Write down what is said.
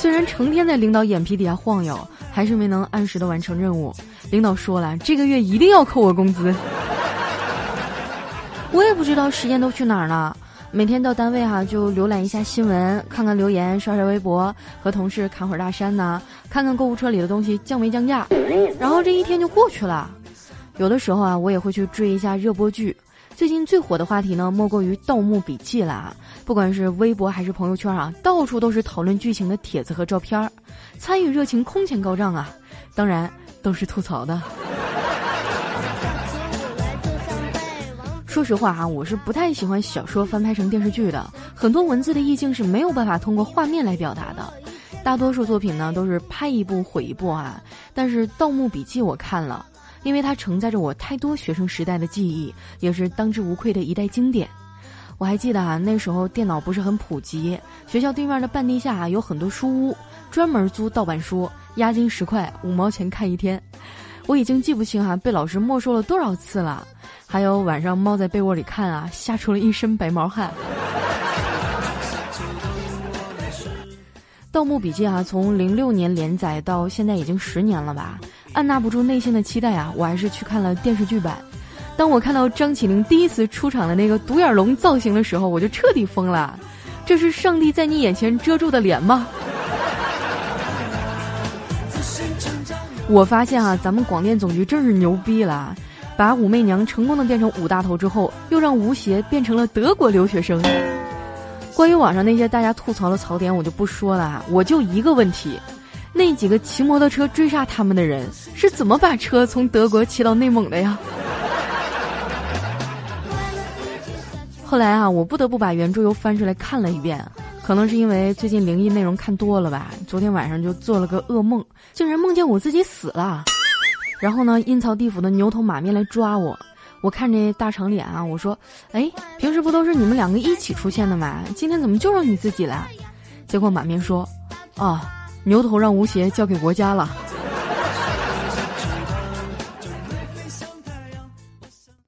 虽然成天在领导眼皮底下晃悠，还是没能按时的完成任务。领导说了，这个月一定要扣我工资。我也不知道时间都去哪儿了，每天到单位就浏览一下新闻，看看留言，刷刷微博，和同事侃会儿大山呐，看看购物车里的东西降没降价，然后这一天就过去了。有的时候我也会去追一下热播剧。最近最火的话题呢，莫过于《盗墓笔记》了。不管是微博还是朋友圈到处都是讨论剧情的帖子和照片，参与热情空前高涨啊！当然都是吐槽的。说实话我是不太喜欢小说翻拍成电视剧的，很多文字的意境是没有办法通过画面来表达的。大多数作品呢都是拍一部毁一部但是《盗墓笔记》我看了。因为它承载着我太多学生时代的记忆，也是当之无愧的一代经典。我还记得那时候电脑不是很普及，学校对面的半地下有很多书屋，专门租盗版书，押金10块，5毛钱看一天。我已经记不清被老师没收了多少次了。还有晚上猫在被窝里看吓出了一身白毛汗。盗墓笔记从06年连载到现在已经10年了吧。按捺不住内心的期待我还是去看了电视剧版。当我看到张起灵第一次出场的那个独眼龙造型的时候，我就彻底疯了。这是上帝在你眼前遮住的脸吗？我发现咱们广电总局真是牛逼了，把武媚娘成功的变成武大头之后，又让吴邪变成了德国留学生。关于网上那些大家吐槽的槽点我就不说了，我就一个问题，那几个骑摩托车追杀他们的人是怎么把车从德国骑到内蒙的呀？后来我不得不把原著又翻出来看了一遍，可能是因为最近灵异内容看多了吧，昨天晚上就做了个噩梦，竟然梦见我自己死了。然后呢，阴曹地府的牛头马面来抓我。我看这大长脸我说，平时不都是你们2个一起出现的吗？今天怎么就让你自己来？结果马面说，牛头让吴邪交给国家了。